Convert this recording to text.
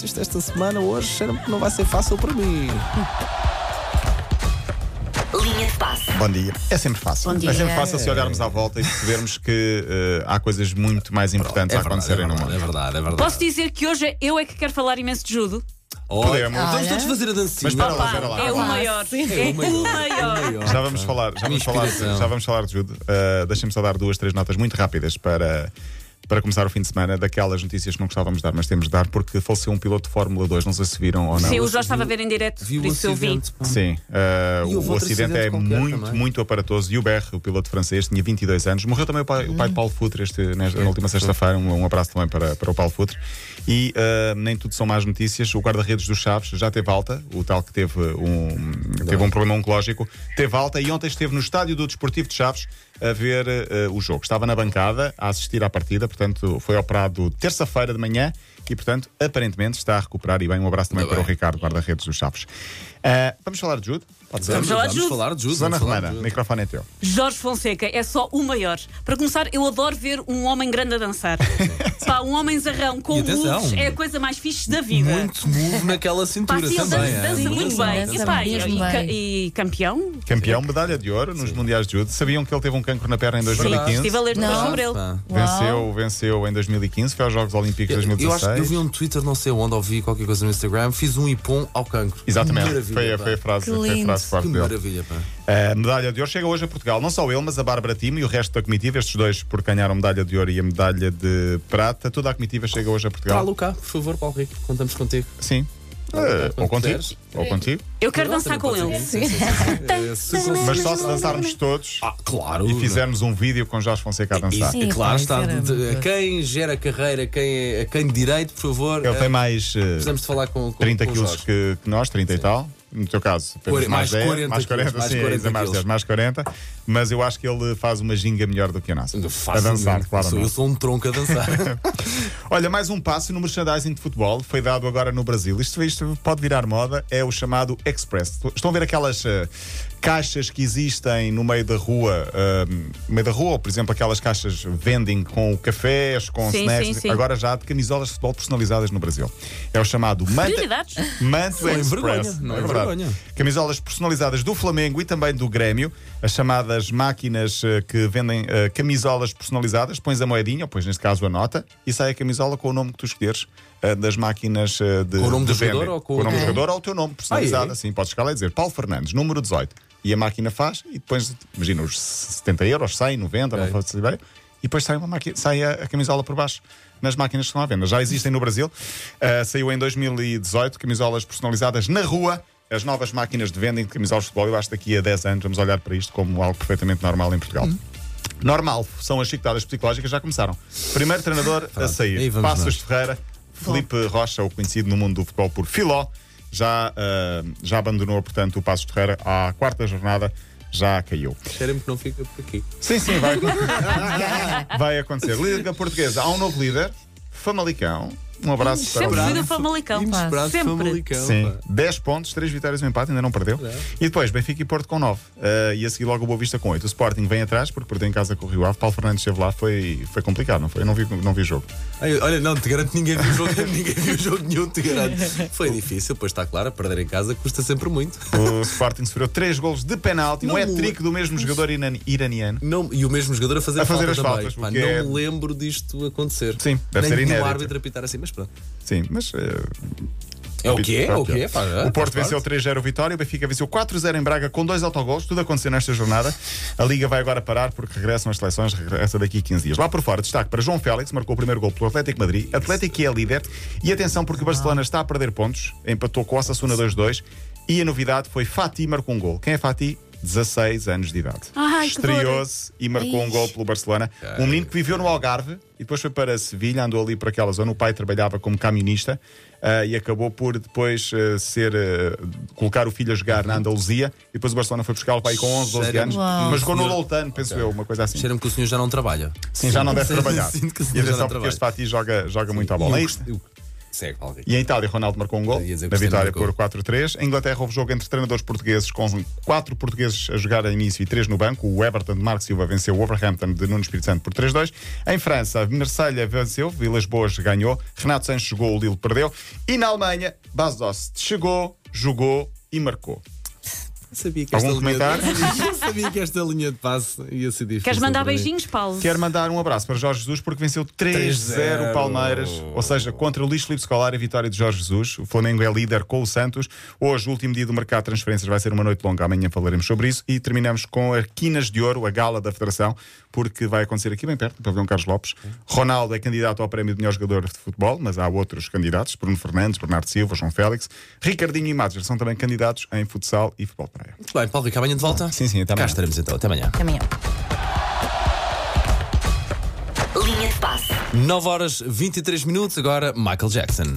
isto esta semana, hoje, cheira-me que não vai ser fácil para mim. Linha de passe. Bom dia. É sempre fácil. Bom dia. É sempre fácil se olharmos à volta e percebermos que há coisas muito mais importantes a acontecerem no mundo. É verdade. Posso dizer que hoje eu é que quero falar imenso de judo? Podemos. Vamos todos fazer a dancinha. Mas espera lá. É o maior. É o maior. Já vamos falar de judo. Deixem-me só dar 2, 3 notas muito rápidas para começar o fim de semana, daquelas notícias que não gostávamos de dar, mas temos de dar, porque faleceu um piloto de Fórmula 2, não sei se viram ou não. Sim, o Jorge estava a ver em direto, por isso eu vi. Sim, o acidente é muito aparatoso. Hubert, o piloto francês, tinha 22 anos. Morreu também o pai de Paulo Futre na última sexta-feira. Um abraço também para o Paulo Futre. E nem tudo são más notícias. O guarda-redes dos Chaves já teve alta, o tal que teve um problema oncológico, teve alta e ontem esteve no estádio do Desportivo de Chaves a ver o jogo. Estava na bancada a assistir à partida, portanto foi operado terça-feira de manhã e, portanto, aparentemente está a recuperar. E bem, um abraço também para o Ricardo, guarda-redes dos Chaves. Vamos falar de judo? Pode ser? Vamos falar de judo. Susana Romana, o microfone é teu. Jorge Fonseca é só o maior. Para começar, eu adoro ver um homem grande a dançar. Pá, um homem zarrão com moves é a coisa mais fixe da vida. Muito move naquela cintura Pá, sim, ele também. dança muito bem. dança E, pá, mesmo bem. e campeão? Campeão, medalha de ouro nos Mundiais de Judo. Sabiam que ele teve um cancro na perna em 2015? Estive a ler depois sobre ele. Venceu em 2015, foi aos Jogos Olímpicos de Eu 2016. acho que eu vi um Twitter, não sei onde, ouvi qualquer coisa no Instagram, fiz um ipom ao cancro. Exatamente, Maravilha, foi a frase forte Que dele. maravilha, pá. A medalha de ouro chega hoje a Portugal. Não só ele, mas a Bárbara Timo e o resto da comitiva. Estes dois porque ganharam a medalha de ouro e a medalha de prata. Toda a comitiva chega hoje a Portugal. Trá-lo cá, por favor, Paulo Rico, contamos contigo. Sim. Ou contigo. Ou contigo. Eu quero dançar com ele. Mas só se dançarmos todos Claro. e fizermos um vídeo com Jorge Fonseca a dançar. Sim, Claro, pá, está. isso era Quem gera a carreira, quem de direito, por favor. Ele tem mais Precisamos de falar com 30 com o quilos Jorge. que nós, 30 e tal. No teu caso, temos Mais 10, 40 mais 40, quilos, sim, mais 40 mais 10, mais 40. Mas eu acho que ele faz uma ginga melhor do que a nossa. A dançar, claro. Eu sou um tronco a dançar. Olha, mais um passo no merchandising de futebol. Foi dado agora no Brasil. Isto pode virar moda. É o chamado Express. Estão a ver aquelas caixas que existem no meio da rua? No meio da rua, ou, por exemplo, aquelas caixas vending com cafés, com snacks. sim. Agora já há de camisolas de futebol personalizadas no Brasil. É o chamado Prioridades. Manto Não é Express. vergonha, não é verdade. vergonha. Camisolas personalizadas do Flamengo e também do Grêmio. As chamadas máquinas que vendem camisolas personalizadas. Pões a moedinha, ou pões neste caso a nota, e sai a camisola com o nome que tu escolheres das máquinas de Com o nome do vending. jogador ou com o nome do jogador ou o teu nome personalizado. Assim, podes chegar lá e dizer Paulo Fernandes, número 18. E a máquina faz, e depois, imagina, os 70 euros, 100, 90, não faço ideia, e depois sai a camisola por baixo nas máquinas que estão à venda. Já existem no Brasil. Saiu em 2018 camisolas personalizadas na rua. As novas máquinas de vending de camisolas de futebol. Eu acho que daqui a 10 anos vamos olhar para isto como algo perfeitamente normal em Portugal. Normal, são as chicotadas psicológicas, já começaram. Primeiro treinador a Aí sair, vamos Passos nós. de Ferreira. Felipe Rocha, o conhecido no mundo do futebol por Filó, já abandonou, portanto, o Passos de Ferreira à quarta jornada. Já caiu. Cheira-me que não fica por aqui. Sim, vai acontecer. Liga Portuguesa, há um novo líder, Famalicão. Um abraço para Sempre o fui do Famalicão. Inesperado Sempre. Famalicão. Sim, Pá. 10 pontos, 3 vitórias e um empate, ainda não perdeu. E depois Benfica e Porto com 9. E a seguir logo o Boa Vista com 8. O Sporting vem atrás, porque perdeu em casa com o Rio Ave. Paulo Fernandes esteve lá, foi complicado, não foi? Eu não vi o jogo. Olha, não, te garanto, ninguém viu o jogo, ninguém viu o jogo nenhum, te garanto. Foi difícil, pois está claro, perder em casa custa sempre muito. O Sporting sofreu 3 golos de penalti, um hat-trick do mesmo jogador iraniano. Não, e o mesmo jogador a fazer as também. faltas. Pá, Porque não me lembro disto acontecer. Sim, deve Nem ser nenhum inédito. árbitro apitar assim, mas pronto. Sim, mas É o que é? É o que é? Pá, o Porto faz venceu parte. 3-0 o Vitória, o Benfica venceu 4-0 em Braga com 2 autogolos, tudo aconteceu nesta jornada. A Liga vai agora parar porque regressam as seleções, regressa daqui a 15 dias. Lá por fora, destaque para João Félix, marcou o primeiro gol pelo Atlético de Madrid. Atlético que é líder. E atenção porque o Barcelona está a perder pontos, empatou com o Osasuna 2-2. E a novidade foi Fati marcou um gol. Quem é Fati? 16 anos de idade. Ai, que Estreou-se e marcou um gol pelo Barcelona. Um menino que viveu no Algarve e depois foi para Sevilha, andou ali por aquela zona. O pai trabalhava como camionista e acabou por depois colocar o filho a jogar na Andaluzia. E depois o Barcelona foi buscá-lo para aí com 11, 12 anos. Uau. Mas ficou no Loutano, penso eu, uma coisa assim. Cheira-me que o senhor já não trabalha. Sim, já não deve trabalhar. Sinto que o E senhor já atenção não porque trabalha. este Fati joga muito à E bola. o É que- isto. Segue, Paulo Rico. E em Itália, Ronaldo marcou um gol na vitória por 4-3. Em Inglaterra, houve jogo entre treinadores portugueses, com 4 portugueses a jogar a início e 3 no banco. O Everton de Marco Silva venceu o Wolverhampton de Nuno Espírito Santo por 3-2. Em França, Marselha venceu, Vilas Boas ganhou, Renato Sanches jogou, o Lille perdeu. E na Alemanha, Bas Dost chegou, jogou e marcou. Sabia que algum comentário? Eu sabia que esta linha de passe ia ser difícil. Queres mandar beijinhos, Paulo? Quero mandar um abraço para Jorge Jesus porque venceu 3-0 o Palmeiras, ou seja, contra o Luís Filipe Scolari, a vitória de Jorge Jesus. O Flamengo é líder com o Santos. Hoje, o último dia do mercado de transferências, vai ser uma noite longa. Amanhã falaremos sobre isso. E terminamos com a Quinas de Ouro, a gala da Federação, porque vai acontecer aqui bem perto, no pavilhão Carlos Lopes. Ronaldo é candidato ao prémio de melhor jogador de futebol, mas há outros candidatos: Bruno Fernandes, Bernardo Silva, João Félix, Ricardinho e Madger são também candidatos em futsal e futebol de praia. Muito bem, Paulo Rico, amanhã de volta? Sim, até amanhã. Cá estaremos então, até amanhã. Até amanhã. Linha de passe. 9h23, agora Michael Jackson.